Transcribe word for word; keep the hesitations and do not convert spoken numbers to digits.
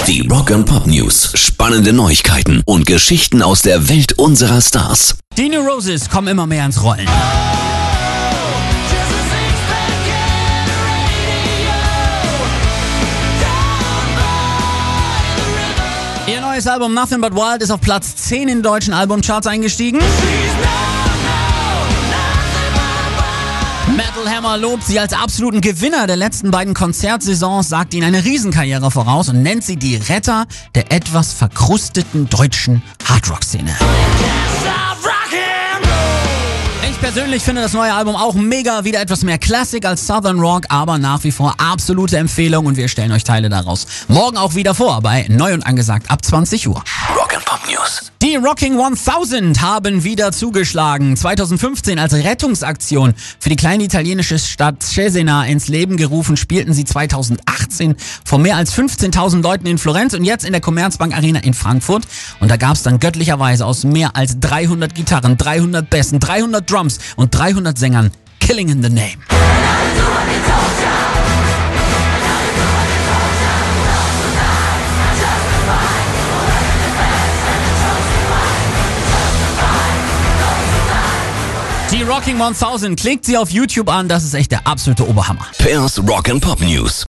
Die Rock and Pop News. Spannende Neuigkeiten und Geschichten aus der Welt unserer Stars. Die New Roses kommen immer mehr ins Rollen. Ihr neues Album Nothing But Wild ist auf Platz zehn in den deutschen Albumcharts eingestiegen. Metal Hammer lobt sie als absoluten Gewinner der letzten beiden Konzertsaisons, sagt ihnen eine Riesenkarriere voraus und nennt sie die Retter der etwas verkrusteten deutschen Hardrock-Szene. Ich persönlich finde das neue Album auch mega, wieder etwas mehr Classic als Southern Rock, aber nach wie vor absolute Empfehlung und wir stellen euch Teile daraus morgen auch wieder vor bei Neu und Angesagt ab zwanzig Uhr. Rock and Pop News. Die Rocking tausend haben wieder zugeschlagen. zweitausendfünfzehn als Rettungsaktion für die kleine italienische Stadt Cesena ins Leben gerufen, spielten sie zweitausendachtzehn vor mehr als fünfzehntausend Leuten in Florenz und jetzt in der Commerzbank Arena in Frankfurt. Und da gab es dann göttlicherweise aus mehr als dreihundert Gitarren, dreihundert Bässen, dreihundert Drums und dreihundert Sängern Killing in the Name. Die Rocking tausend, klickt sie auf YouTube an, das ist echt der absolute Oberhammer. Pairs Rock and Pop News.